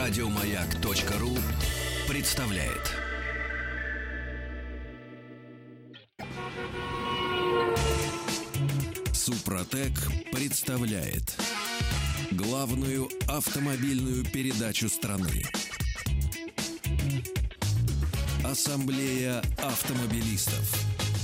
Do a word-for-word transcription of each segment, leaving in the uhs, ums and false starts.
Радиомаяк.ру представляет. Супротек представляет главную автомобильную передачу страны. Ассамблея автомобилистов.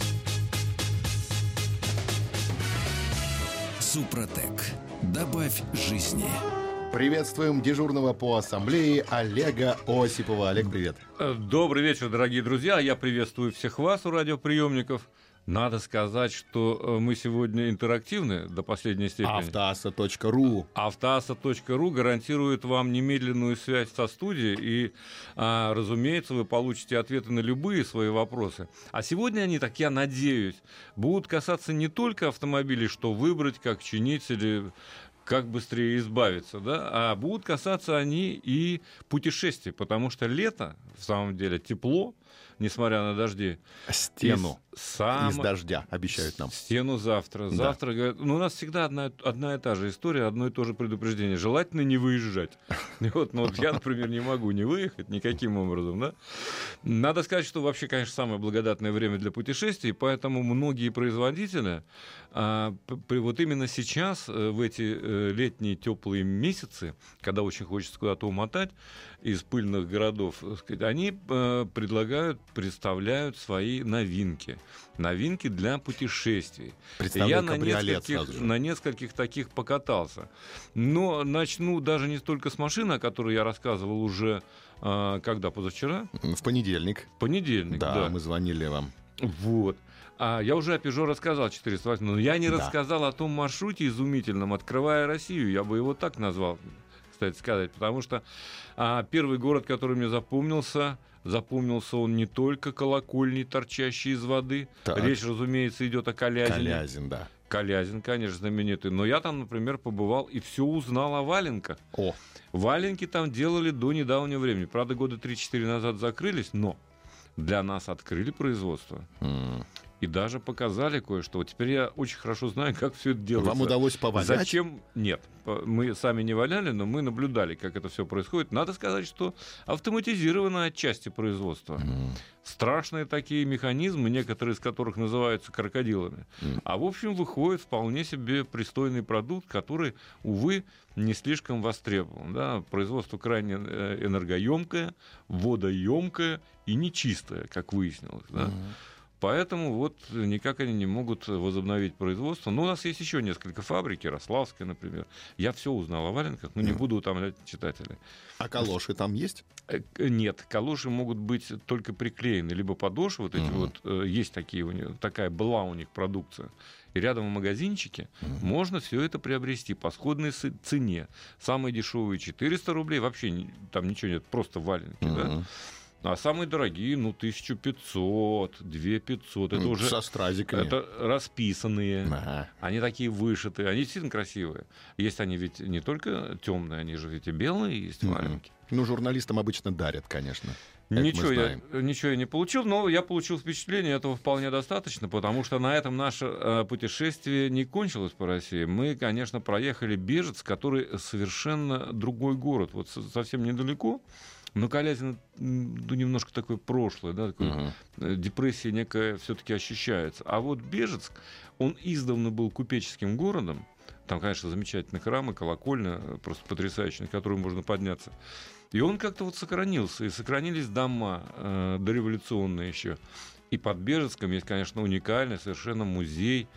Супротек. Добавь жизни. Приветствуем дежурного по ассамблее Олега Осипова. Олег, привет. Добрый вечер, дорогие друзья. Я приветствую всех вас у радиоприемников. Надо сказать, что мы сегодня интерактивны до последней степени. Автоаса точка ру. Автоаса точка ру гарантирует вам немедленную связь со студией, и, а, разумеется, вы получите ответы на любые свои вопросы. А сегодня они, так я надеюсь, будут касаться не только автомобилей, что выбрать, как чинить или как быстрее избавиться, да, а будут касаться они и путешествий, потому что лето, в самом деле, тепло, несмотря на дожди. Стену из, сам... из дождя обещают нам. Стену завтра. Да. Завтра, говорят, ну, у нас всегда одна, одна и та же история, одно и то же предупреждение. Желательно не выезжать. И вот, ну, вот я, например, не могу не выехать никаким образом, да. Надо сказать, что вообще, конечно, самое благодатное время для путешествий, поэтому многие производители а, при, вот именно сейчас, в эти летние теплые месяцы, когда очень хочется куда-то умотать из пыльных городов, сказать, они а, предлагают, представляют свои новинки. Новинки для путешествий. Я на нескольких, на нескольких таких покатался. Но начну даже не столько с машины, о которой я рассказывал уже, а, когда, позавчера? В понедельник. Понедельник, да. Да, мы звонили вам. Вот. А я уже о Peugeot рассказал четыреста восемь, но я не да. рассказал о том маршруте изумительном «Открывая Россию». Я бы его так назвал, кстати сказать, потому что а, первый город, который мне запомнился, запомнился он не только колокольней, торчащей из воды. Так. Речь, разумеется, идет о Калязине. Калязин, да. Калязин, конечно, знаменитый. Но я там, например, побывал и все узнал о валенках. О. Валенки там делали до недавнего времени. Правда, года три-четыре назад закрылись, но для нас открыли производство. Mm. И даже показали кое-что. Теперь я очень хорошо знаю, как все это делается. Вам удалось повалять? Зачем? Нет. Мы сами не валяли, но мы наблюдали, как это все происходит. Надо сказать, что автоматизировано отчасти производство. Mm. Страшные такие механизмы, некоторые из которых называются крокодилами. Mm. А в общем выходит вполне себе пристойный продукт, который, увы, не слишком востребован. Да? Производство крайне энергоемкое, водоемкое и нечистое, как выяснилось. Да? Mm. Поэтому вот никак они не могут возобновить производство. Но у нас есть еще несколько фабрик, Ярославская, например. Я все узнал о валенках, но не буду утомлять читателей. А калоши там есть? Нет, калоши могут быть только приклеены, либо подошвы, вот эти uh-huh. вот, есть такие у них, такая была у них продукция. И рядом в магазинчике uh-huh. можно все это приобрести по сходной цене. Самые дешевые четыреста рублей, вообще там ничего нет, просто валенки, uh-huh. да. А самые дорогие, ну, тысяча пятьсот, две тысячи пятьсот. Это уже со стразиками. Это расписанные. Ага. Они такие вышитые. Они действительно красивые. Есть они ведь не только темные, они же ведь и белые есть mm-hmm. маленькие. Ну, журналистам обычно дарят, конечно. Ничего я, ничего я не получил, но я получил впечатление, этого вполне достаточно, потому что на этом наше э, путешествие не кончилось по России. Мы, конечно, проехали Бежецк, который совершенно другой город, вот совсем недалеко. Но Калязин, ну, немножко такое прошлое, да, такое, uh-huh. депрессия некая все-таки ощущается. А вот Бежецк, он издавна был купеческим городом. Там, конечно, замечательные храмы, колокольня, просто потрясающие, на которые можно подняться. И он как-то вот сохранился. И сохранились дома э, дореволюционные еще. И под Бежецком есть, конечно, уникальный совершенно музей,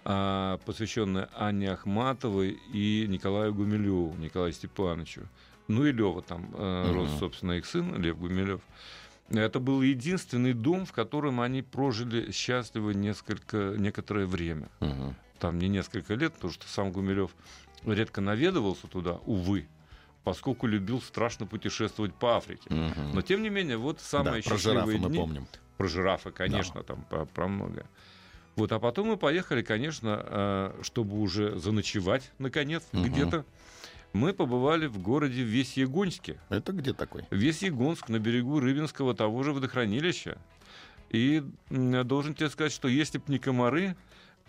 э, посвященный Анне Ахматовой и Николаю Гумилеву, Николаю Степановичу. Ну и Лёва там э, uh-huh. рос, собственно, их сын Лев Гумилев. Это был единственный дом, в котором они прожили счастливо несколько, некоторое время. Uh-huh. Там не несколько лет, потому что сам Гумилев редко наведывался туда, увы, поскольку любил страшно путешествовать по Африке. Uh-huh. Но, тем не менее, вот самые да, счастливые про дни... мы помним. Про жирафы, конечно, да. там про, про многое. Вот, а потом мы поехали, конечно, чтобы уже заночевать, наконец, uh-huh. где-то. Мы побывали в городе Весьегонске. Это где такой? Весьегонск, на берегу Рыбинского того же водохранилища. И должен тебе сказать, что если б не комары,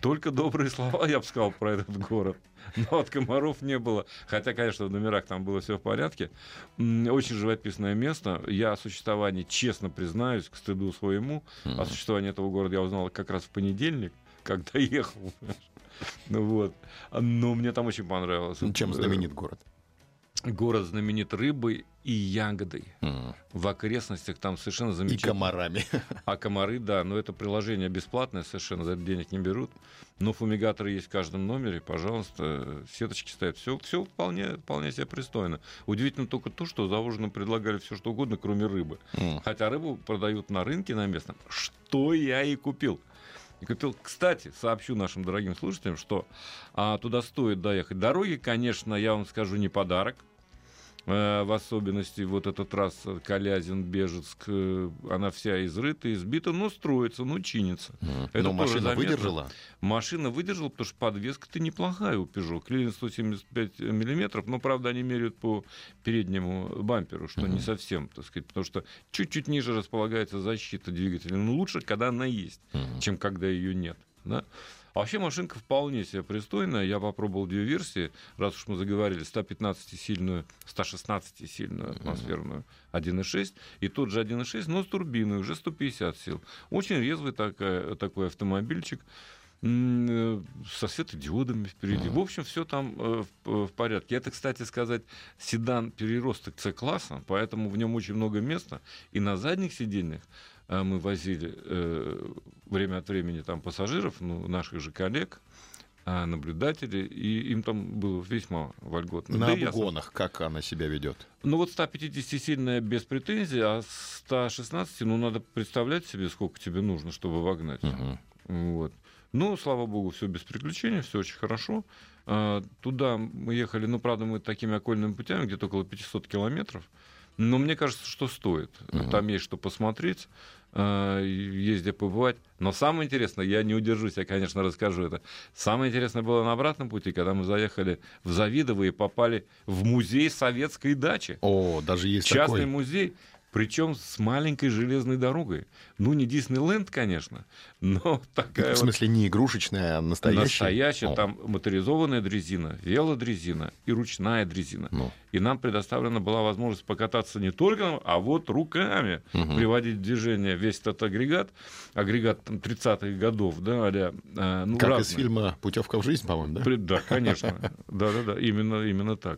Только добрые слова, я бы сказал, про этот город. Но от комаров не было. Хотя, конечно, в номерах там было все в порядке. Очень живописное место. Я о существовании, честно признаюсь, к стыду своему, mm-hmm. о существовании этого города я узнал как раз в понедельник, когда ехал. Ну вот. Но мне там очень понравилось. Чем знаменит город? Город знаменит рыбой и ягодой. Mm. В окрестностях там совершенно замечательно. И комарами. А комары, да. Но это приложение бесплатное совершенно, за это денег не берут. Но фумигаторы есть в каждом номере. Пожалуйста, сеточки стоят. Все, все вполне, вполне себе пристойно. Удивительно только то, что за ужином предлагали все что угодно, кроме рыбы. Mm. Хотя рыбу продают на рынке на местном. Что я и купил. И купил. Кстати, сообщу нашим дорогим слушателям, что а, туда стоит доехать. Дороги, конечно, я вам скажу, не подарок. Э, в особенности вот эта трасса Калязин-Бежецк, э, она вся изрыта, избита, но строится, но чинится. Mm. Это но машина заметно. Выдержала? Машина выдержала, потому что подвеска-то неплохая у Peugeot. Клиренс сто семьдесят пять миллиметров, но, правда, они меряют по переднему бамперу, что mm-hmm. не совсем, так сказать, потому что чуть-чуть ниже располагается защита двигателя. Но лучше, когда она есть, mm-hmm. чем когда ее нет. Да? А вообще машинка вполне себе пристойная. Я попробовал две версии, раз уж мы заговорили, сто пятнадцатисильную, сто шестнадцатисильную атмосферную один и шесть, и тот же один и шесть, но с турбиной, уже сто пятьдесят сил. Очень резвый такой, такой автомобильчик со светодиодами впереди. В общем, все там э, в, в порядке. Это, кстати сказать, седан переросток С-класса, поэтому в нем очень много места. И на задних сиденьях э, мы возили э, время от времени там пассажиров, ну, наших же коллег, э, наблюдателей, и им там было весьма вольготно. На да обгонах ясно. Как она себя ведет? Ну вот сто пятидесятисильная без претензий, а сто шестнадцать, ну, надо представлять себе, сколько тебе нужно, чтобы вогнать. Uh-huh. Вот. Ну, слава богу, все без приключений, все очень хорошо. Туда мы ехали, ну, правда, мы такими окольными путями, где-то около пятьсот километров. Но мне кажется, что стоит. Uh-huh. Там есть что посмотреть, есть где побывать. Но самое интересное, я не удержусь, я, конечно, расскажу это. Самое интересное было на обратном пути, когда мы заехали в Завидово и попали в музей советской дачи. О, даже есть частный такой. Музей. Причем с маленькой железной дорогой. Ну, не Диснейленд, конечно, но такая. В смысле, вот... не игрушечная, а настоящая? Настоящая. О. Там моторизованная дрезина, велодрезина и ручная дрезина. Ну. И нам предоставлена была возможность покататься не только, а вот руками, угу. приводить в движение весь этот агрегат. Агрегат там, тридцатых годов, да, а ну, как разные. Из фильма «Путевка в жизнь», по-моему, да? Да, конечно. Да-да-да, именно, именно так.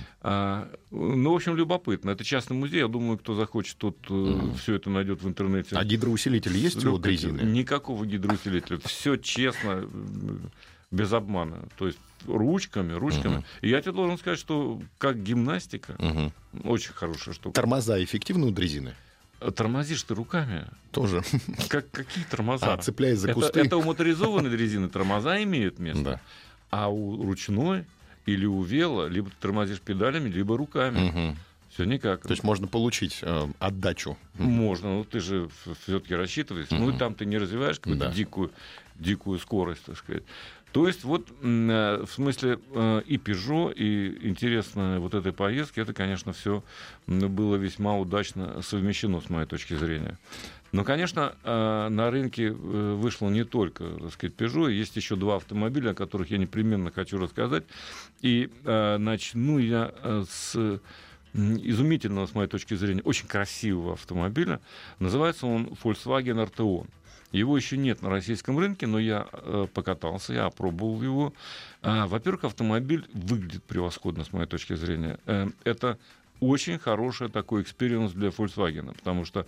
А, ну, в общем, любопытно. Это частный музей. Я думаю, кто захочет, тот mm. все это найдет в интернете. А гидроусилитель есть у дрезины? Никакого гидроусилителя. Все честно, без обмана. То есть ручками, ручками. Uh-huh. И я тебе должен сказать, что как гимнастика, uh-huh. очень хорошая штука. Тормоза эффективны у дрезины? Тормозишь ты руками. Тоже. Как, какие тормоза? А, цепляясь за кусты. Это, это у моторизованной дрезины тормоза имеют место. Да. А у ручной или у вело либо ты тормозишь педалями, либо руками. Угу. Все никак. То есть можно получить э, отдачу. Можно, ну ты же все-таки рассчитываешь. Угу. Ну и там ты не развиваешь какую-то да. дикую, дикую скорость, так сказать. То есть вот в смысле и Peugeot, и интересно вот этой поездки, это, конечно, все было весьма удачно совмещено, с моей точки зрения. Но, конечно, на рынке вышло не только, так сказать, Peugeot, есть еще два автомобиля, о которых я непременно хочу рассказать. И начну я с изумительного, с моей точки зрения, очень красивого автомобиля. Называется он Volkswagen Arteon. Его еще нет на российском рынке, но я э, покатался, я опробовал его. А, во-первых, автомобиль выглядит превосходно, с моей точки зрения. Э, это очень хороший такой экспириенс для Volkswagen, потому что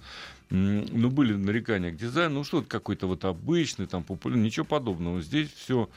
ну, были нарекания к дизайну, ну что-то какой-то вот обычный, там, популярный, ничего подобного. Здесь все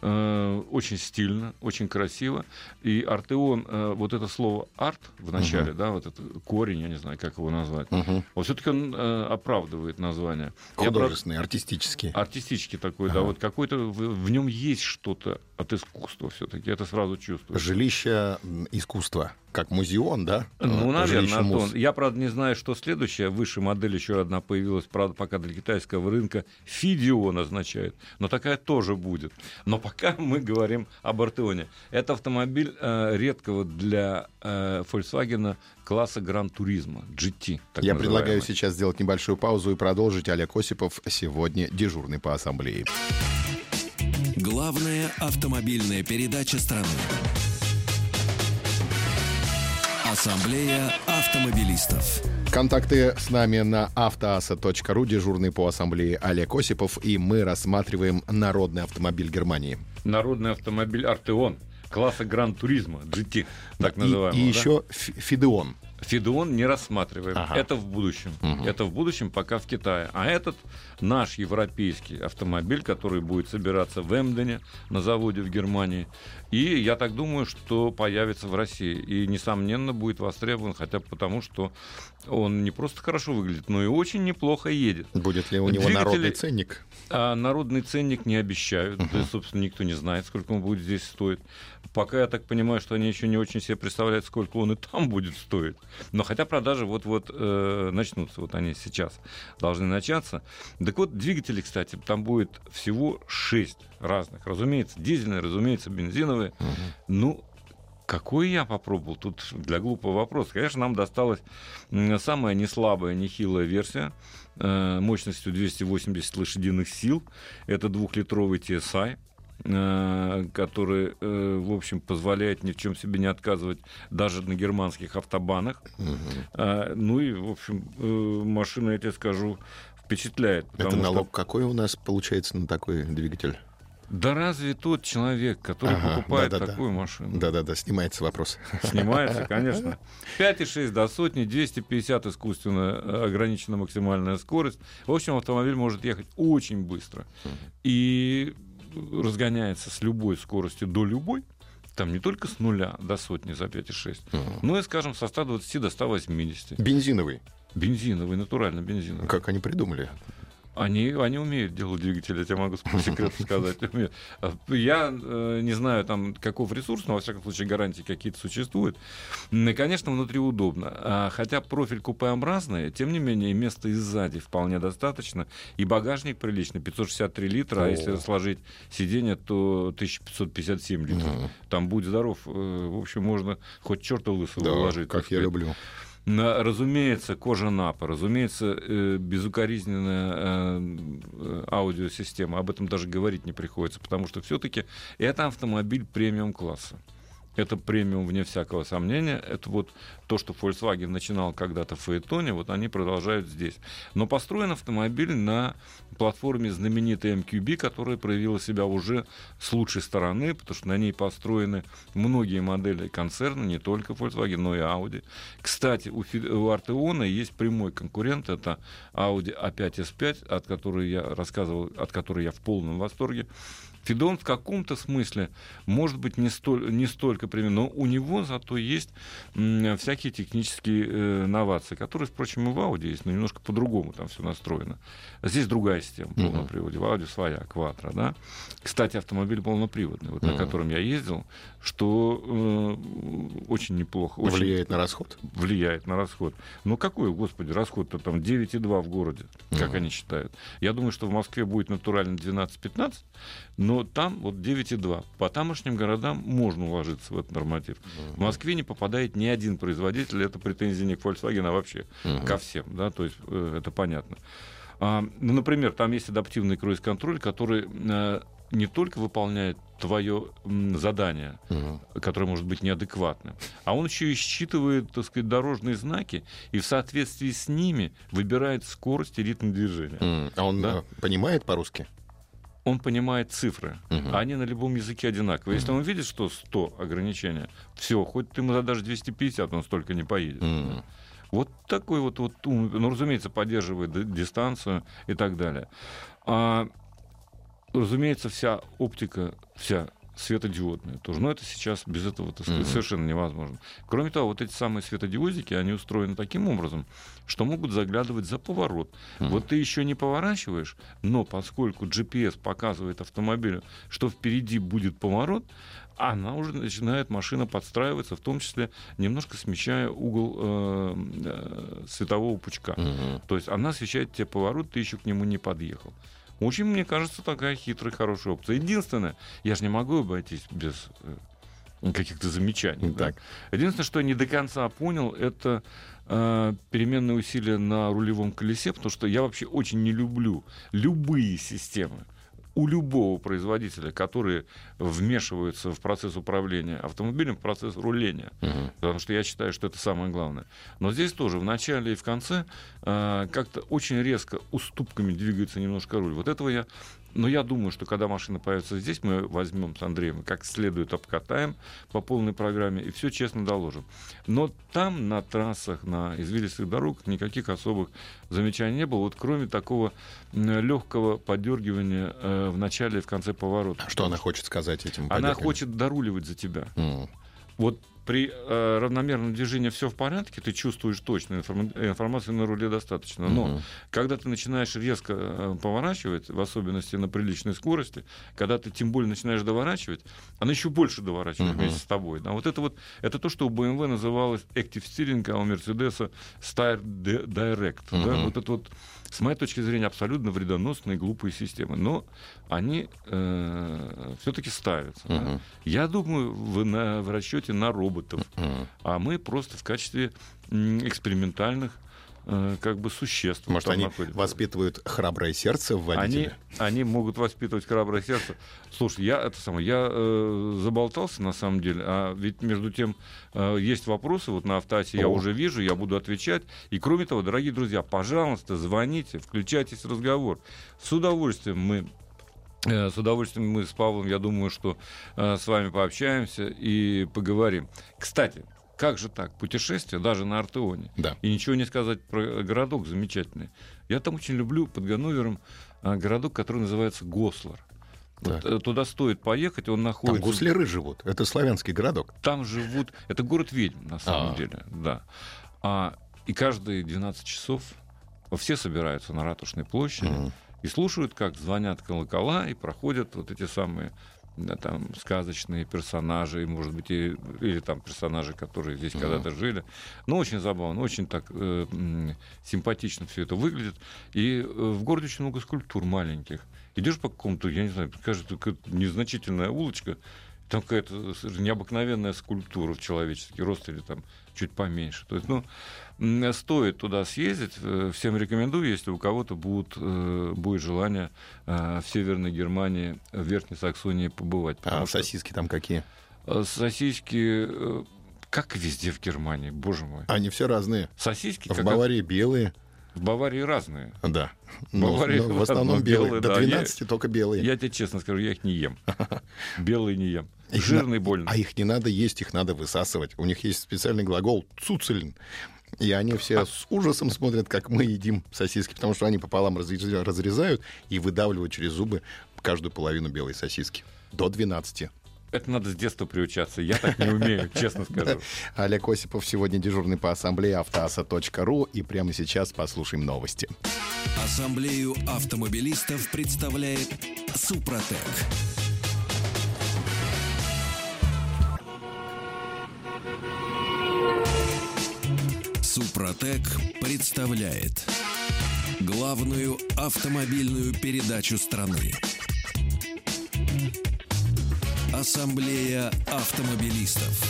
э, очень стильно, очень красиво. И Артеон, э, вот это слово «арт» в начале, uh-huh. да, вот это корень, я не знаю, как его назвать, uh-huh. вот все-таки он э, оправдывает название. Художественный, я, артистический. Артистический такой, uh-huh. да, вот какой-то, в, в нем есть что-то от искусства все-таки, это сразу чувствуется. Жилище искусства. Как музеон, да? Ну, наверное, Антон. Я, правда, не знаю, что следующая. Высшая модель еще одна появилась, правда, пока для китайского рынка. Фидион означает. Но такая тоже будет. Но пока мы говорим об Артеоне. Это автомобиль э, редкого для э, Volkswagen класса Гран-туризма. джи ти. Так Я называемый. предлагаю сейчас сделать небольшую паузу и продолжить. Олег Осипов сегодня дежурный по ассамблее. Главная автомобильная передача страны. Ассамблея автомобилистов. Контакты с нами на автоаса точка ру, дежурный по ассамблее Олег Осипов, и мы рассматриваем народный автомобиль Германии. Народный автомобиль Артеон класса Гран-туризма, джи ти, так называемый. И, и да? еще Фидеон. Фидеон не рассматриваем. Ага. Это в будущем. Угу. Это в будущем, пока в Китае. А этот наш европейский автомобиль, который будет собираться в Эмдене на заводе в Германии. И я так думаю, что появится в России. И, несомненно, будет востребован, хотя бы потому, что он не просто хорошо выглядит, но и очень неплохо едет. Будет ли у него Двигатели... народный ценник? А народный ценник не обещают. Uh-huh. Да, собственно, никто не знает, сколько он будет здесь стоить. Пока я так понимаю, что они еще не очень себе представляют, сколько он и там будет стоить. Но хотя продажи вот-вот э, начнутся. Вот они сейчас должны начаться. Так вот, двигатели, кстати, там будет всего шесть разных. Разумеется, дизельные, разумеется, бензиновые. Uh-huh. Ну, какой я попробовал? Тут для глупого вопроса. Конечно, нам досталась самая неслабая, нехилая версия э, мощностью двести восемьдесят лошадиных сил. Это двухлитровый ти эс ай, э, который, э, в общем, позволяет ни в чем себе не отказывать даже на германских автобанах. Угу. Э, ну и, в общем, э, машина, я тебе скажу, впечатляет. Это налог что... какой у нас получается на такой двигатель? Да разве тот человек, который ага, покупает да, да, такую да. машину? Да-да-да, снимается вопрос. Снимается, конечно. пять и шесть до сотни, двести пятьдесят искусственно ограничена максимальная скорость. В общем, автомобиль может ехать очень быстро. И разгоняется с любой скоростью до любой. Там не только с нуля до сотни за пять и шесть, uh-huh. но и, скажем, со ста двадцати до ста восьмидесяти. Бензиновый? Бензиновый, натурально бензиновый. Как они придумали? Они, они умеют делать двигатели, я тебе могу по секрету сказать. Я э, не знаю, там, каков ресурс, но, во всяком случае, гарантии какие-то существуют. И, конечно, внутри удобно. А, хотя профиль купеобразный, тем не менее, места и сзади вполне достаточно. И багажник приличный, пятьсот шестьдесят три литра, О. а если сложить сиденье, то тысяча пятьсот пятьдесят семь литров. Mm. Там, будь здоров, э, в общем, можно хоть черта лысого да, уложить. Как я люблю. Разумеется, кожа напа, разумеется, безукоризненная аудиосистема. Об этом даже говорить не приходится, потому что все-таки это автомобиль премиум-класса. Это премиум, вне всякого сомнения. Это вот то, что Volkswagen начинал когда-то в Фаэтоне, вот они продолжают здесь. Но построен автомобиль на платформе знаменитой эм кью би, которая проявила себя уже с лучшей стороны, потому что на ней построены многие модели концерна, не только Volkswagen, но и Audi. Кстати, у, Фи- у Артеона есть прямой конкурент, это Audi эй пять эс пять, от которой я рассказывал, от которой я в полном восторге. Фидеон в каком-то смысле, может быть, не, столь, не столько примерно, но у него зато есть м, всякие технические э, новации, которые, впрочем, и в Audi есть, но немножко по-другому там все настроено. Здесь другая система в полном приводе. В Audi своя, Quattro, да. Кстати, автомобиль полноприводный, вот, uh-huh. на котором я ездил, что э, очень неплохо. Очень влияет на расход? Влияет на расход. Ну какой, господи, расход-то там девять и два в городе, как uh-huh. они считают. Я думаю, что в Москве будет натурально двенадцать-пятнадцать, но там вот девять и два. По тамошним городам можно уложиться в этот норматив. Uh-huh. В Москве не попадает ни один производитель, это претензии не к Volkswagen, а вообще uh-huh. ко всем, да, то есть э, это понятно. А, ну, например, там есть адаптивный круиз-контроль, который э, не только выполняет твое м, задание, uh-huh. которое может быть неадекватным, а он еще и считывает, так сказать, дорожные знаки и в соответствии с ними выбирает скорость и ритм движения. Uh-huh. А он да? понимает по-русски? Он понимает цифры. Uh-huh. Они на любом языке одинаковые. Uh-huh. Если он видит, что сто ограничения, все, хоть ты ему задашь двести пятьдесят, он столько не поедет. Uh-huh. Вот такой вот, вот ум, ну, разумеется, поддерживает дистанцию и так далее. А, разумеется, вся оптика, вся светодиодная тоже. Но это сейчас без этого, так сказать, mm-hmm. совершенно невозможно. Кроме того, вот эти самые светодиодики, они устроены таким образом, что могут заглядывать за поворот. Mm-hmm. Вот ты еще не поворачиваешь, но поскольку джи пи эс показывает автомобилю, что впереди будет поворот, она уже начинает, машина подстраиваться, в том числе немножко смещая угол э, э, светового пучка. Mm-hmm. То есть она освещает тебе поворот, ты еще к нему не подъехал. Очень, мне кажется, такая хитрая, хорошая опция. Единственное, я же не могу обойтись без э, каких-то замечаний. Да? Единственное, что я не до конца понял, это э, переменные усилия на рулевом колесе, потому что я вообще очень не люблю любые системы у любого производителя, которые вмешиваются в процесс управления автомобилем, в процесс руления. Uh-huh. Потому что я считаю, что это самое главное. Но здесь тоже в начале и в конце э, как-то очень резко уступками двигается немножко руль. Вот этого я... Но я думаю, что когда машина появится здесь, мы возьмем с Андреем, как следует обкатаем по полной программе и все честно доложим. Но там, на трассах, на извилистых дорогах никаких особых замечаний не было, вот кроме такого легкого подергивания э, в начале и в конце поворота. Что она хочет сказать этим? Она хочет доруливать за тебя. Mm. Вот при э, равномерном движении все в порядке, ты чувствуешь точно, информ... информации на руле достаточно. Но mm-hmm. когда ты начинаешь резко э, поворачивать, в особенности на приличной скорости, когда ты тем более начинаешь доворачивать, она еще больше доворачивает mm-hmm. вместе с тобой. Да? Вот это вот это то, что у бэ эм вэ называлось Active Steering, а у Mercedes Steer Direct. Mm-hmm. Да? Вот это вот, с моей точки зрения, абсолютно вредоносные глупые системы. Но они э, все-таки ставятся. Mm-hmm. Да? Я думаю, в, на, в расчете на роботов. Uh-huh. А мы просто в качестве экспериментальных э, как бы существ. Может, они находятся. Воспитывают храброе сердце в водителе? Они, они могут воспитывать храброе сердце. Слушай, я, это самое, я э, заболтался на самом деле, а ведь между тем э, есть вопросы вот на Автоасе, я уже вижу, я буду отвечать. И кроме того, дорогие друзья, пожалуйста, звоните, включайтесь в разговор. С удовольствием мы... С удовольствием мы с Павлом, я думаю, что э, с вами пообщаемся и поговорим. Кстати, как же так? Путешествие даже на Артеоне. Да. И ничего не сказать про городок замечательный. Я там очень люблю под Ганновером э, городок, который называется Гослар. Вот, э, туда стоит поехать, он находится... Там гусляры живут, это славянский городок. Там живут... Это город ведьм, на самом А-а-а. деле. Да. А, и каждые двенадцать часов все собираются на Ратушной площади. Mm-hmm. И слушают, как звонят колокола, и проходят вот эти самые да, там, сказочные персонажи, может быть, и, или там персонажи, которые здесь mm-hmm. когда-то жили. Ну, очень забавно, очень так э, симпатично все это выглядит. И э, в городе очень много скульптур маленьких. Идешь по какому-то, я не знаю, кажется, незначительная улочка, там какая-то необыкновенная скульптура в человеческий рост или там чуть поменьше. То есть, ну, стоит туда съездить. Всем рекомендую, если у кого-то будет, будет желание в Северной Германии, в Верхней Саксонии побывать. А сосиски что... там какие? Сосиски... Как и везде в Германии, боже мой. Они все разные. Сосиски... В Баварии как... белые. В Баварии разные. Да. Но, Баварии но в основном разные, белые. белые. До двенадцати я, только белые. Я тебе честно скажу, я их не ем. Белые не ем. Их жирный на... больно. А их не надо есть, их надо высасывать. У них есть специальный глагол «цуцелен». И они все а... с ужасом смотрят, как мы едим сосиски, потому что они пополам разрезают и выдавливают через зубы каждую половину белой сосиски. До двенадцати. Это надо с детства приучаться. Я так не умею, честно скажу. Олег Осипов сегодня дежурный по ассамблее автоаса точка ру. И прямо сейчас послушаем новости. Ассамблею автомобилистов представляет Супротек. Супротек представляет главную автомобильную передачу страны. Ассамблея автомобилистов.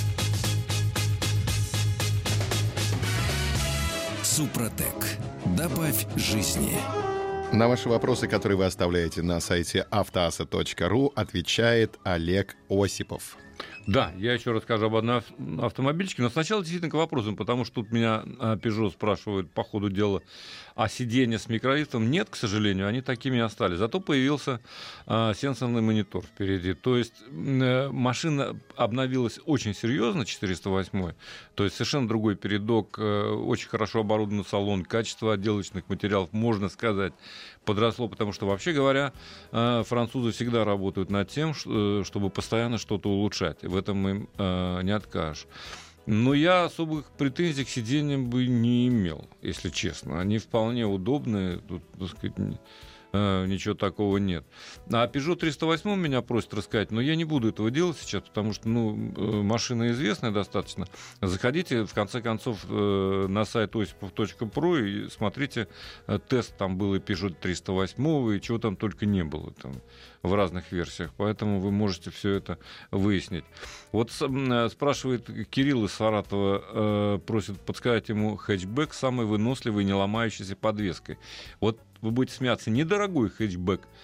Супротек. Добавь жизни. На ваши вопросы, которые вы оставляете на сайте автоаса точка ру, отвечает Олег Осипов. Да, я еще расскажу об одном автомобильчике, но сначала действительно к вопросам, потому что тут меня Peugeot спрашивают по ходу дела, а сиденья с микролифтом нет, к сожалению, они такими и остались. Зато появился а, сенсорный монитор впереди. То есть э, машина обновилась очень серьезно, четыреста восемь, то есть совершенно другой передок, э, очень хорошо оборудованный салон, качество отделочных материалов, можно сказать, подросло, потому что, вообще говоря, э, французы всегда работают над тем, ш- чтобы постоянно что-то улучшать. В этом им э, не откажешь. Но я особых претензий к сиденьям бы не имел, если честно. Они вполне удобные, тут, так сказать, э, ничего такого нет. А Peugeot триста восемь меня просят рассказать, но я не буду этого делать сейчас, потому что ну, машина известная достаточно. Заходите, в конце концов, э, на сайт осипов точка про и смотрите, э, тест там был и Peugeot триста восемь, и чего там только не было там в разных версиях, поэтому вы можете все это выяснить. Вот спрашивает Кирилл из Саратова, э, просит подсказать ему хэтчбэк с самой выносливой, не ломающейся подвеской. Вот вы будете смеяться, недорогой хэтчбэк,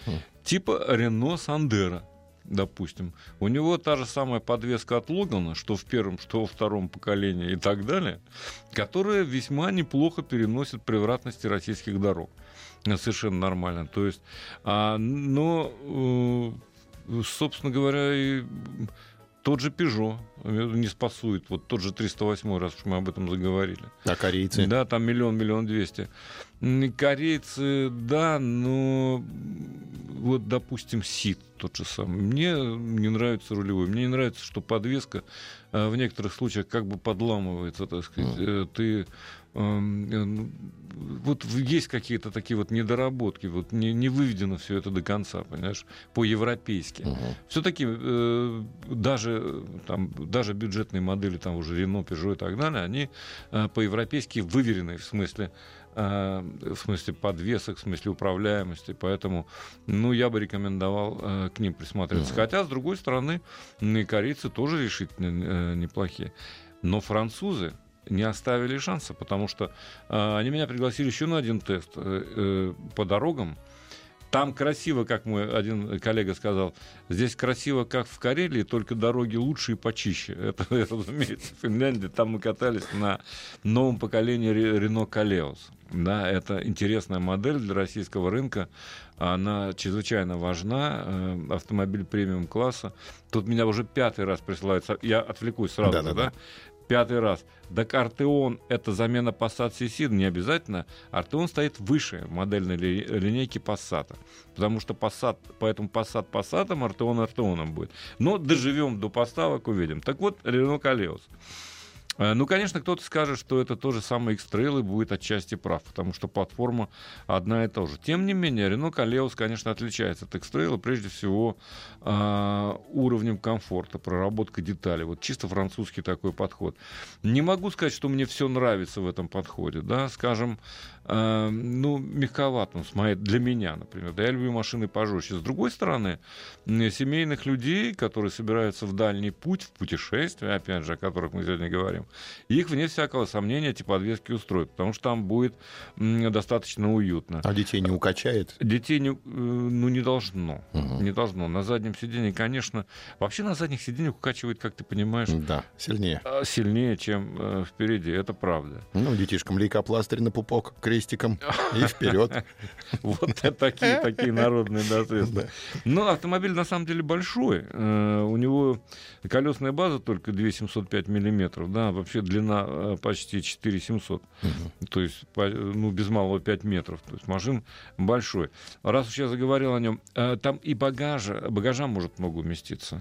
типа Renault Sandero, допустим. У него та же самая подвеска от Логана, что в первом, что во втором поколении и так далее, которая весьма неплохо переносит превратности российских дорог. Совершенно нормально. То есть, а, но, э, собственно говоря, и тот же Peugeot не спасует. Вот тот же триста восемь, раз уж мы об этом заговорили. А корейцы? Да, там миллион, миллион двести. Корейцы, да, но вот, допустим, Сид тот же самый. Мне не нравится рулевой. Мне не нравится, что подвеска в некоторых случаях как бы подламывается, так сказать. Mm. Ты... Вот есть какие-то такие вот недоработки, вот не, не выведено все это до конца, понимаешь, по-европейски. Uh-huh. Все-таки э, даже, там, даже бюджетные модели, там уже Renault, Peugeot и так далее, они э, по-европейски выверены в смысле, э, в смысле подвесок, в смысле управляемости, поэтому ну, я бы рекомендовал э, к ним присматриваться. Uh-huh. Хотя, с другой стороны, и корейцы тоже решительно э, неплохие. Но французы не оставили шанса, потому что э, они меня пригласили еще на один тест э, э, по дорогам. Там красиво, как мой один коллега сказал, здесь красиво, как в Карелии, только дороги лучше и почище. Это, это разумеется, в Финляндии. Там мы катались на новом поколении Renault Koleos. Да, это интересная модель для российского рынка. Она чрезвычайно важна. Э, автомобиль премиум-класса. Тут меня уже пятый раз присылают. Я отвлекусь сразу же, да? Пятый раз. Так Артеон — это замена Passat си си, не обязательно. Артеон стоит выше модельной ли, линейки Passat. Потому что Passat, поэтому Passat Passat'ом, Артеон Артеоном будет. Но доживем до поставок, увидим. Так вот, Renault Koleos. Ну, конечно, кто-то скажет, что это то же самое X-Trail и будет отчасти прав, потому что платформа одна и та же. Тем не менее, Renault Koleos, конечно, отличается от X-Trail прежде всего э, уровнем комфорта, проработка деталей. Вот чисто французский такой подход. Не могу сказать, что мне все нравится в этом подходе. Да? Скажем, э, ну, мягковат он для меня, например. Да, я люблю машины пожестче. С другой стороны, семейных людей, которые собираются в дальний путь, в путешествие, опять же, о которых мы сегодня говорим, их, вне всякого сомнения, эти подвески устроят, потому что там будет м, достаточно уютно. А детей не укачает? Детей не, ну, не должно. Угу. Не должно. На заднем сиденье, конечно... Вообще на задних сиденьях укачивает, как ты понимаешь... Да, сильнее. Сильнее, чем э, впереди, это правда. Ну, детишкам лейкопластырь на пупок крестиком и вперед. Вот такие такие народные средства. Но автомобиль на самом деле большой. У него колесная база только две тысячи семьсот пять миллиметров, да, вообще длина почти четыре тысячи семьсот, uh-huh. то есть ну, без малого пять метров, то есть машин большой. Раз уж я заговорил о нем, там и багажа, багажа может много уместиться.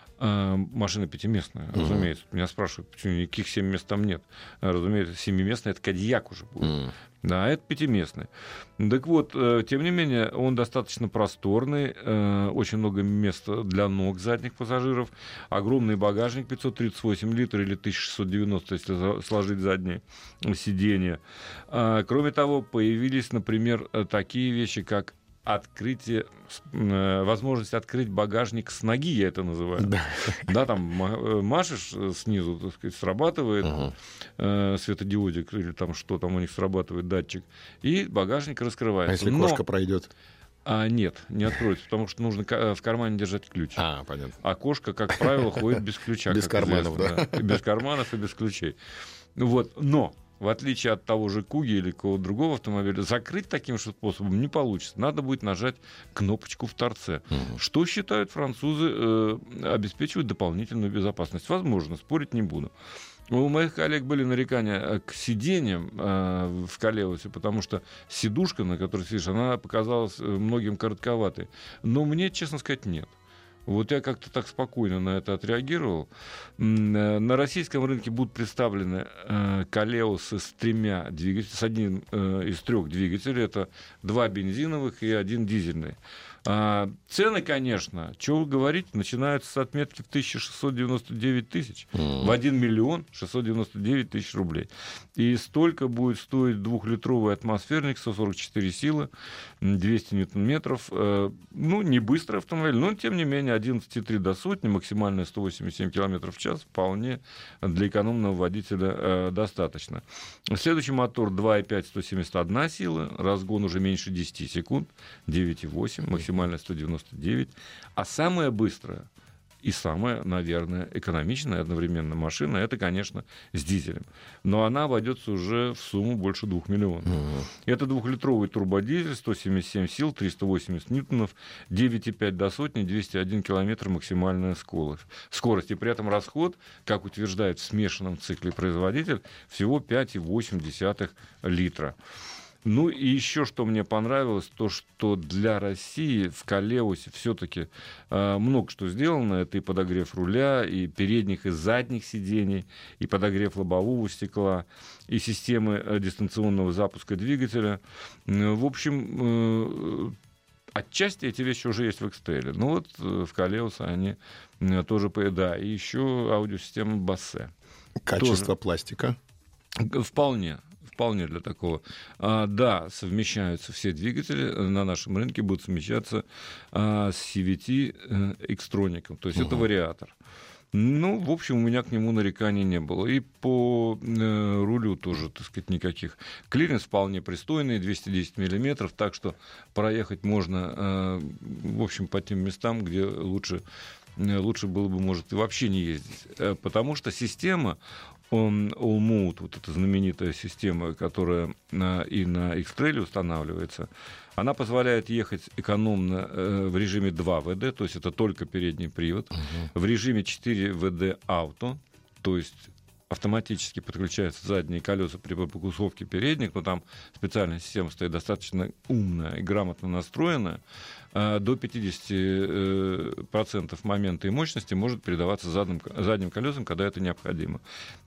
Машина пятиместная, uh-huh. разумеется. Меня спрашивают, почему никаких семь мест там нет. Разумеется, семиместная — это Кадиллак уже будет. Uh-huh. Да, это пятиместный. Так вот, э, тем не менее, он достаточно просторный, э, очень много места для ног задних пассажиров, огромный багажник пятьсот тридцать восемь литров или тысяча шестьсот девяносто, если сложить задние сиденья. Э, кроме того, появились, например, такие вещи, как открытие, возможность открыть багажник с ноги, я это называю. Да, да, там машешь снизу, так сказать, срабатывает uh-huh. э, светодиодик или там что там у них срабатывает, датчик, и багажник раскрывается. А если Но... кошка пройдет? А, нет, не откроется, потому что нужно в кармане держать ключ. А, понятно. А кошка, как правило, ходит без ключа. Без карманов, да? да. Без карманов и без ключей. Вот, но... В отличие от того же Куги или какого-то другого автомобиля, закрыть таким же способом не получится. Надо будет нажать кнопочку в торце. Uh-huh. Что считают французы э, обеспечивает дополнительную безопасность. Возможно, спорить не буду. У моих коллег были нарекания к сиденьям э, в Колеосе, потому что сидушка, на которой сидишь, она показалась многим коротковатой. Но мне, честно сказать, нет. Вот я как-то так спокойно на это отреагировал. На российском рынке будут представлены Колеосы с тремя двигателями, с одним из трех двигателей. Это два бензиновых и один дизельный. А, цены, конечно, что вы говорите, начинаются с отметки в тысяча шестьсот девяносто девять тысяч, mm. в один миллион шестьсот девяносто девять тысяч рублей. И столько будет стоить двухлитровый атмосферник, сто сорок четыре силы, двести ньютон-метров. Э, ну, не быстрый автомобиль, но, тем не менее, одиннадцать целых три до сотни, максимальная сто восемьдесят семь километров в час, вполне для экономного водителя э, достаточно. Следующий мотор два и пять, сто семьдесят одна сила, разгон уже меньше десяти секунд, девять и восемь, максимально максимальная сто девяносто девять. А самая быстрая и самая, наверное, экономичная одновременно машина, это, конечно, с дизелем. Но она обойдется уже в сумму больше двух миллионов. Mm-hmm. Это двухлитровый турбодизель, сто семьдесят семь сил, триста восемьдесят ньютонов, девять и пять до сотни, двести один километр максимальная скорость. скорость. И при этом расход, как утверждает в смешанном цикле производитель, всего пять и восемь десятых литра. Ну и еще что мне понравилось, то что для России в Колеусе все-таки э, много что сделано. Это и подогрев руля, и передних, и задних сидений, и подогрев лобового стекла, и системы э, дистанционного запуска двигателя. Э, в общем, э, отчасти эти вещи уже есть в Экстеле. Ну вот э, в Колеусе они э, тоже, да, и еще аудиосистема Bose. Качество тоже. Пластика? Вполне. Вполне для такого. А, да, совмещаются все двигатели на нашем рынке, будут совмещаться а, с си ви ти Xtronic, то есть uh-huh. это вариатор. Ну, в общем, у меня к нему нареканий не было. И по э, рулю тоже, так сказать, никаких. Клиренс вполне пристойный, двести десять миллиметров, так что проехать можно, э, в общем, по тем местам, где лучше, э, лучше было бы, может, и вообще не ездить. Э, потому что система All Mode, вот эта знаменитая система, которая на, и на X-Trail устанавливается, она позволяет ехать экономно э, в режиме два вэ дэ, то есть это только передний привод, uh-huh. в режиме четыре вэ дэ Auto, то есть автоматически подключаются задние колеса при пропусковке передних, но там специальная система стоит достаточно умная и грамотно настроенная. До пятьдесят процентов момента и мощности может передаваться задним, задним колесам, когда это необходимо.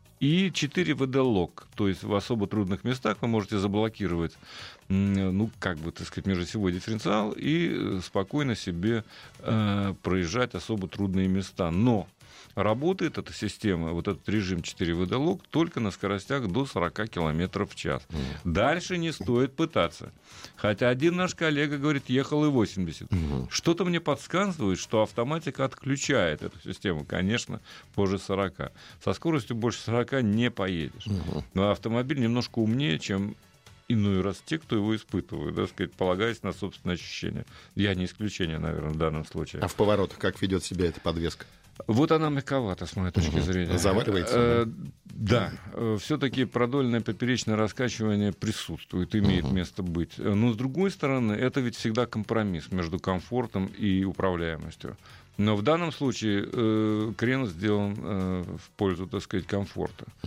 И четыре вэ дэ Lock, то есть в особо трудных местах вы можете заблокировать, ну, как бы, так сказать, межосевой дифференциал и спокойно себе э, проезжать особо трудные места. Но работает эта система, вот этот режим четыре вэ дэ Lock, только на скоростях до сорок километров в час. Mm. Дальше не стоит пытаться. Хотя один наш коллега говорит, ехал и восемьдесят. Mm-hmm. Что-то мне подсказывает, что автоматика отключает эту систему, конечно, позже сорока. Со скоростью больше сорока не поедешь. Mm-hmm. Но автомобиль немножко умнее, чем иной раз те, кто его испытывают, да, сказать, полагаясь на собственные ощущения. Я не исключение, наверное, в данном случае. А в поворотах как ведет себя эта подвеска? Вот она мягковата, с моей точки угу. зрения. Заваливается? Э, да. да. Все-таки продольное поперечное раскачивание присутствует, имеет угу. место быть. Но, с другой стороны, это ведь всегда компромисс между комфортом и управляемостью. Но в данном случае э, крен сделан э, в пользу, так сказать, комфорта. Угу.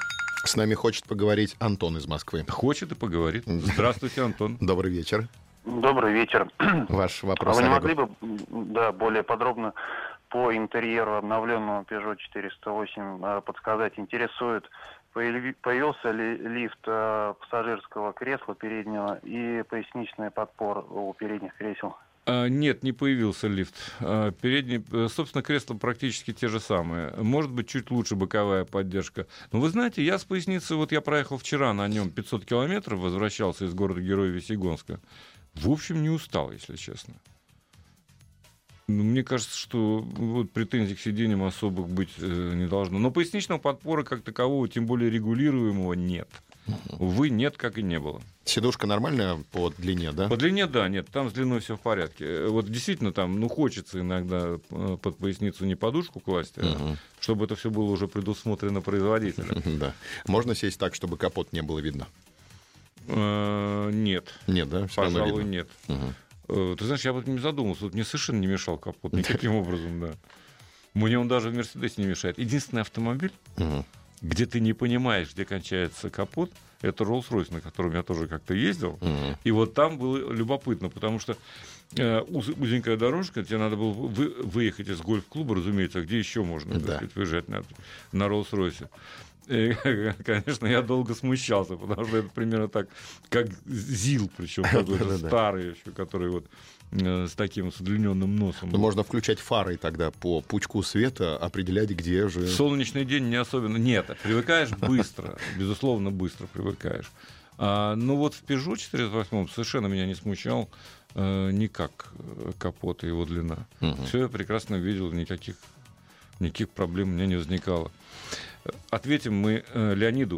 С нами хочет поговорить Антон из Москвы. Хочет и поговорит. Здравствуйте, Антон. Добрый вечер. Добрый вечер. Ваш вопрос. А вы не могли бы, да, более подробно по интерьеру обновленного Peugeot четыреста восемь подсказать? Интересует, появился ли лифт пассажирского кресла переднего и поясничная подпора у передних кресел? Нет, не появился лифт. Передний, собственно, кресла практически те же самые. Может быть, чуть лучше боковая поддержка. Но вы знаете, я с поясницей, вот я проехал вчера на нем пятьсот километров, возвращался из города-героя Весьегонска. В общем, не устал, если честно. Но мне кажется, что вот, претензий к сиденьям особых быть э, не должно. Но поясничного подпора как такового, тем более регулируемого, нет. Увы, нет, как и не было. Сидушка нормальная по длине, да? По длине, да, нет, там с длиной все в порядке. Вот действительно там, ну, хочется иногда под поясницу не подушку класть, а угу. чтобы это все было уже предусмотрено производителем. Да. Можно сесть так, чтобы капот не было видно? Нет. Нет, да? Пожалуй, нет. Ты знаешь, я об этом не задумался. Вот мне совершенно не мешал капот никаким образом, да. Мне он даже в Мерседесе не мешает. Единственный автомобиль, где ты не понимаешь, где кончается капот, это Rolls-Royce, на котором я тоже как-то ездил. Uh-huh. И вот там было любопытно, потому что э, уз, узенькая дорожка, тебе надо было вы, выехать из гольф-клуба, разумеется, а где еще можно, так сказать, выезжать на, на Rolls-Royce. И, конечно, я долго смущался, потому что это примерно так, как ЗИЛ, причем какой-то старый еще, который вот с таким с удлиненным носом. Но можно включать фары тогда по пучку света, определять, где же... Солнечный день не особенно... Нет, привыкаешь быстро, безусловно, быстро привыкаешь. А, ну вот в Peugeot четыреста восемь совершенно меня не смущал э, никак капот и его длина. Угу. Все я прекрасно видел, никаких, никаких проблем у меня не возникало. Ответим мы э, Леониду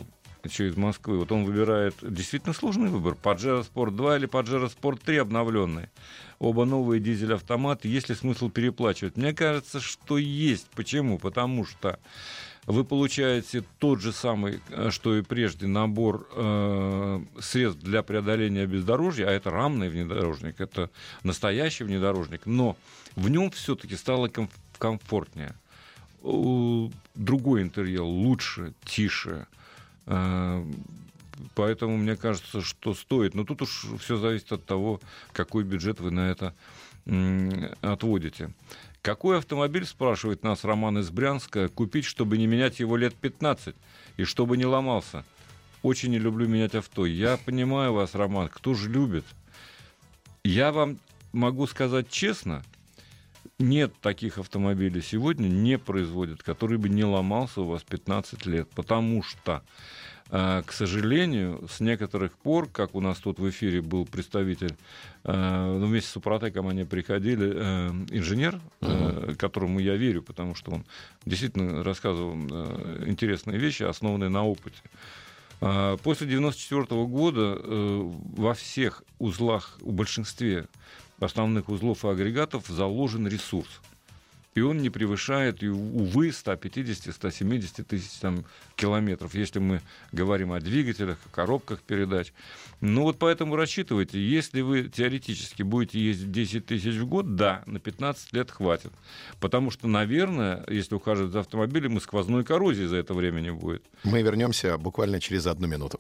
еще из Москвы, вот он выбирает действительно сложный выбор. Pajero Sport два или Pajero Sport три обновленные. Оба новые дизель-автоматы. Есть ли смысл переплачивать? Мне кажется, что есть. Почему? Потому что вы получаете тот же самый, что и прежде, набор э, средств для преодоления бездорожья, а это рамный внедорожник, это настоящий внедорожник, но в нем все-таки стало комф- комфортнее. Другой интерьер лучше, тише. Э, поэтому мне кажется, что стоит. Но тут уж все зависит от того, какой бюджет вы на это м- отводите. Какой автомобиль, спрашивает нас Роман из Брянска, купить, чтобы не менять его лет пятнадцать и чтобы не ломался? Очень не люблю менять авто. Я понимаю вас, Роман, кто же любит? Я вам могу сказать честно, нет таких автомобилей сегодня, не производят, который бы не ломался у вас пятнадцать лет, потому что, к сожалению, с некоторых пор, как у нас тут в эфире был представитель, ну, вместе с Супротеком они приходили, инженер, uh-huh. которому я верю, потому что он действительно рассказывал интересные вещи, основанные на опыте. После девяносто четвёртого года во всех узлах, в большинстве основных узлов и агрегатов заложен ресурс. И он не превышает, увы, сто пятьдесят - сто семьдесят тысяч там, километров, если мы говорим о двигателях, о коробках передач. Ну вот поэтому рассчитывайте, если вы теоретически будете ездить десять тысяч в год, да, на пятнадцать лет хватит. Потому что, наверное, если ухаживать за автомобилем, и сквозной коррозии за это время не будет. Мы вернемся буквально через одну минуту.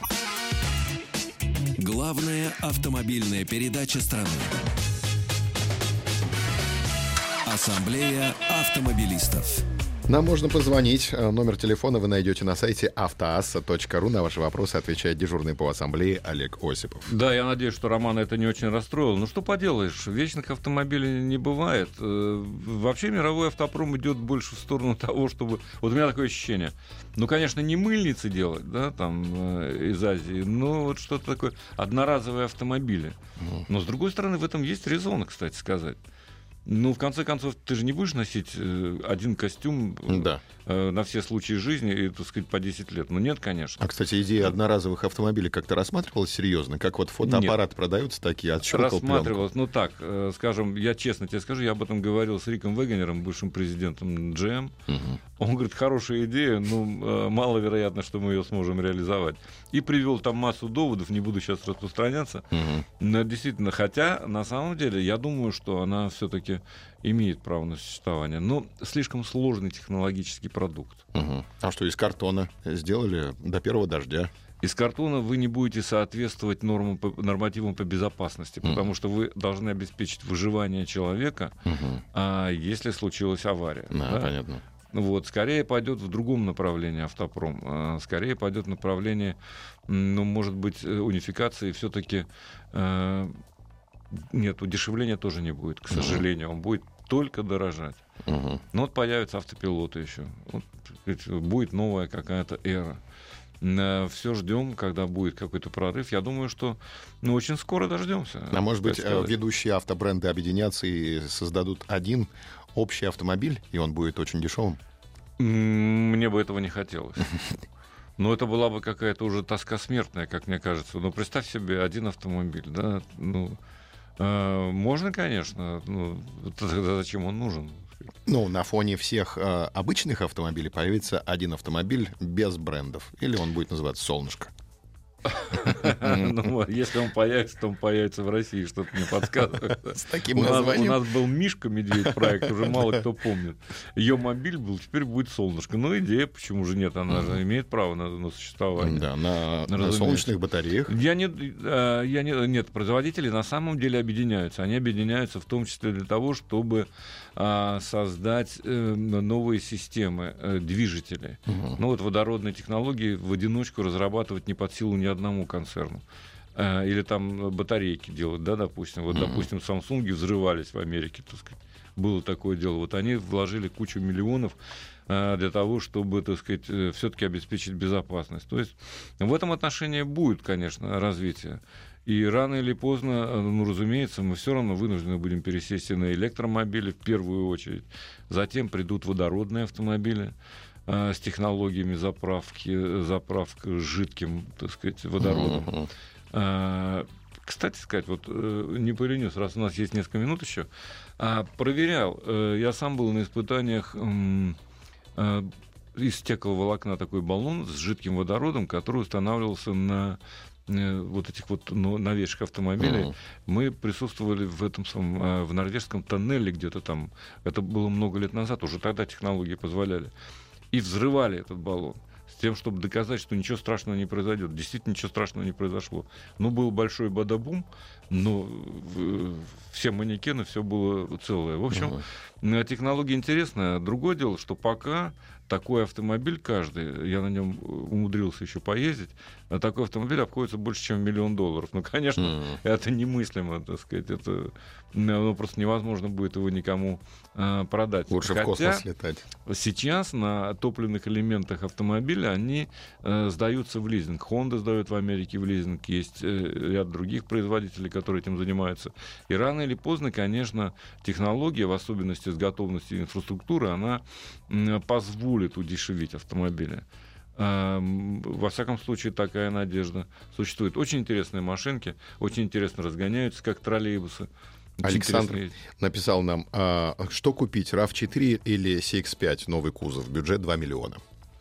Главная автомобильная передача страны. Ассамблея автомобилистов. Нам можно позвонить. Номер телефона вы найдете на сайте автоасса точка ру. На ваши вопросы отвечает дежурный по ассамблее Олег Осипов. Да, я надеюсь, что Романа это не очень расстроило. Ну что поделаешь, вечных автомобилей не бывает. Вообще мировой автопром идет больше в сторону того, чтобы... Вот у меня такое ощущение. Ну, конечно, не мыльницы делать, да, там, из Азии, но вот что-то такое, одноразовые автомобили. Но, с другой стороны, в этом есть резон, кстати сказать. Ну, в конце концов, ты же не будешь носить э, один костюм да. э, на все случаи жизни, и, так сказать, по десять лет. Ну, нет, конечно. А, кстати, идея одноразовых автомобилей как-то рассматривалась серьезно? Как вот фотоаппараты продаются такие, отщелкал рассматривалось. пленку? Ну, так, э, скажем, я честно тебе скажу, я об этом говорил с Риком Вегенером, бывшим президентом джи эм. Угу. Он говорит, хорошая идея, но э, маловероятно, что мы ее сможем реализовать. И привел там массу доводов, не буду сейчас распространяться. Угу. Но действительно, хотя, на самом деле, я думаю, что она все-таки имеет право на существование, но слишком сложный технологический продукт. Угу. А что, из картона сделали до первого дождя? Из картона вы не будете соответствовать нормам, нормативам по безопасности, угу. потому что вы должны обеспечить выживание человека, угу. а если случилась авария. Да, да? Понятно. Вот, скорее пойдет в другом направлении автопром. Скорее пойдет в направлении, ну, может быть, унификации все-таки. Нет, удешевления тоже не будет, к сожалению. Он будет только дорожать. Uh-huh. Ну вот появятся автопилоты еще. Вот, будет новая какая-то эра. Все ждем, когда будет какой-то прорыв. Я думаю, что ну, очень скоро дождемся. А может быть, сказать. Ведущие автобренды объединятся и создадут один общий автомобиль, и он будет очень дешевым? Мне бы этого не хотелось. Но это была бы какая-то уже тоска смертная, как мне кажется. Ну, представь себе один автомобиль, да, ну... Можно, конечно. Ну, тогда зачем он нужен? Ну, на фоне всех э, обычных автомобилей появится один автомобиль без брендов. Или он будет называться «Солнышко». Ну, если он появится, то он появится в России, что-то мне подсказывает. С таким названием. У нас был Мишка Медведь проект, уже мало кто помнит. Ее мобиль был, теперь будет «Солнышко». Ну, идея, почему же нет? Она же имеет право на существование. Да, на солнечных батареях. Я не, я не, нет, производители на самом деле объединяются. Они объединяются в том числе для того, чтобы создать новые системы движителей. Ну, вот водородные технологии в одиночку разрабатывать не под силу ни одному концерну. Или там батарейки делать, да, допустим. Вот, допустим, Samsung взрывались в Америке, так сказать. Было такое дело. Вот они вложили кучу миллионов для того, чтобы, так сказать, все-таки обеспечить безопасность. То есть в этом отношении будет, конечно, развитие. И рано или поздно, ну, разумеется, мы все равно вынуждены будем пересесть на электромобили в первую очередь. Затем придут водородные автомобили. с технологиями заправки, заправки жидким, так сказать, водородом. Uh-huh. Кстати сказать, вот не поленюсь, раз у нас есть несколько минут еще, проверял, я сам был на испытаниях из стекловолокна такой баллон с жидким водородом, который устанавливался на вот этих вот ну, навесших автомобилей. Uh-huh. Мы присутствовали в этом самом, в норвежском тоннеле где-то там. Это было много лет назад, уже тогда технологии позволяли. И взрывали этот баллон с тем, чтобы доказать, что ничего страшного не произойдет. Действительно, ничего страшного не произошло. Ну, был большой бадабум, но все манекены, все было целое. В общем, uh-huh. технология интересная. Другое дело, что пока такой автомобиль каждый, я на нем умудрился еще поездить, а такой автомобиль обходится больше, чем в миллион долларов. Ну, конечно, mm. это немыслимо, так сказать. Это, ну, просто невозможно будет его никому а, продать. Лучше Хотя в космос летать. Сейчас на топливных элементах автомобиля они а, сдаются в лизинг. Honda сдает в Америке в лизинг. Есть э, ряд других производителей, которые этим занимаются. И рано или поздно, конечно, технология, в особенности с готовностью инфраструктуры, она м, позволит удешевить автомобили. Во всяком случае, такая надежда существует. Очень интересные машинки, очень интересно разгоняются, как троллейбусы. Очень Александр интересные. Написал нам, а, что купить, рав четыре или си икс пять, новый кузов, бюджет два миллиона.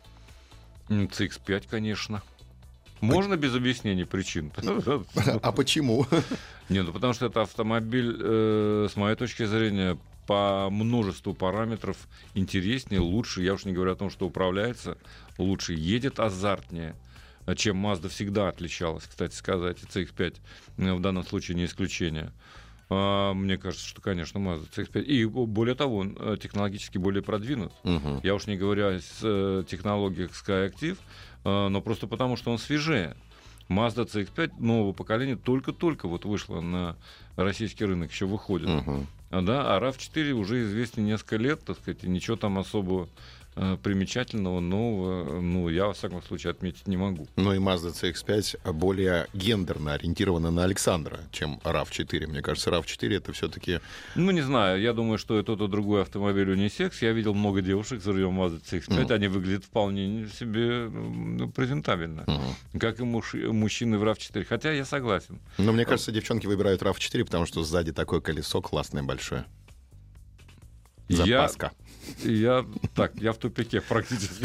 си икс пять, конечно. Можно без объяснений причин? А почему? Нет, ну потому что это автомобиль, э, с моей точки зрения, по множеству параметров интереснее, лучше. Я уж не говорю о том, что управляется лучше, едет азартнее, чем Mazda всегда отличалась, кстати сказать. И си икс пять в данном случае не исключение. Мне кажется, что, конечно, Mazda си икс пять. И более того, он технологически более продвинут. Uh-huh. Я уж не говорю о технологиях Skyactiv, но просто потому, что он свежее. Mazda си икс пять нового поколения только-только вот вышла на российский рынок, еще выходит. Uh-huh. Да, а рав четыре уже известен несколько лет, так сказать, и ничего там особого э, примечательного, нового, ну, я, во всяком случае, отметить не могу. Ну и Mazda си икс пять более гендерно ориентирована на Александра, чем рав четыре. Мне кажется, рав четыре это все-таки... Ну, не знаю, я думаю, что и тот, и другой автомобиль унисекс. Я видел много девушек за рулем Mazda си икс пять, uh-huh. они выглядят вполне себе ну, презентабельно, uh-huh. как и муж, мужчины в рав четыре. Хотя я согласен. Но мне кажется, девчонки выбирают рав четыре, потому что сзади такое колесо классное, большое. Запаска. Я, я, так, я в тупике практически.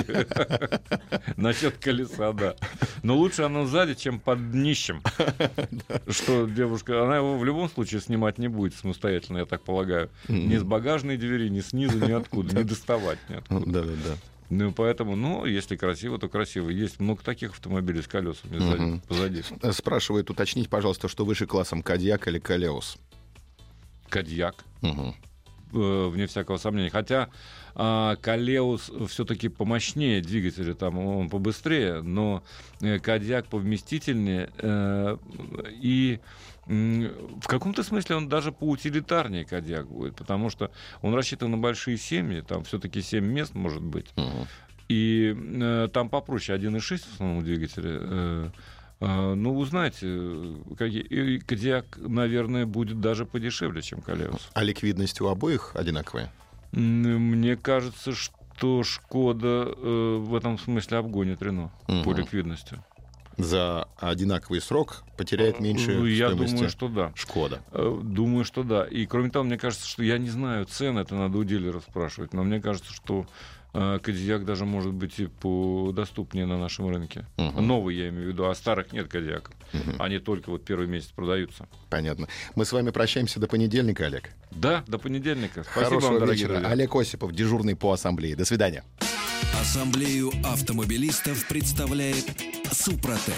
Насчет колеса, да. Но лучше оно сзади, чем под днищем. Что девушка, она его в любом случае снимать не будет самостоятельно, я так полагаю. Ни с багажной двери, ни снизу, ни откуда. Не доставать ни откуда. Да, да, да. Ну, поэтому, ну, если красиво, то красиво. Есть много таких автомобилей с колесами сзади, uh-huh. позади. Спрашивают, уточнить, пожалуйста, что выше классом, Кодиак или Колеус? Кодиак. Uh-huh. Э, вне всякого сомнения. Хотя э, Колеус все-таки помощнее двигателя, там он побыстрее, но э, Кодиак повместительнее э, и в каком-то смысле он даже поутилитарнее Кодиак будет, потому что он рассчитан на большие семьи, там все-таки семь мест может быть. Uh-huh. И э, там попроще один и шесть в основном двигателя. Э, э, ну, вы знаете, какие... Кодиак, наверное, будет даже подешевле, чем Колеус. А ликвидность у обоих одинаковая? Мне кажется, что Шкода э, в этом смысле обгонит Рено uh-huh. по ликвидности. За одинаковый срок потеряет меньше ну, я стоимости думаю, что да. Шкода. Думаю, что да. И кроме того, мне кажется, что я не знаю цены, это надо у дилеров спрашивать, но мне кажется, что э, Кодиак даже может быть и подоступнее на нашем рынке. Uh-huh. Новый, я имею в виду, а старых нет Кодиаков. Uh-huh. Они только вот первый месяц продаются. Понятно. Мы с вами прощаемся до понедельника, Олег. Да, до понедельника. Спасибо Хорошего вам, дорогие вечера. друзья. Олег Осипов, дежурный по ассамблее. До свидания. Ассамблею автомобилистов представляет Супротек.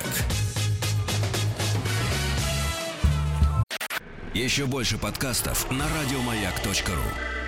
Еще больше подкастов на радиомаяк точка ру.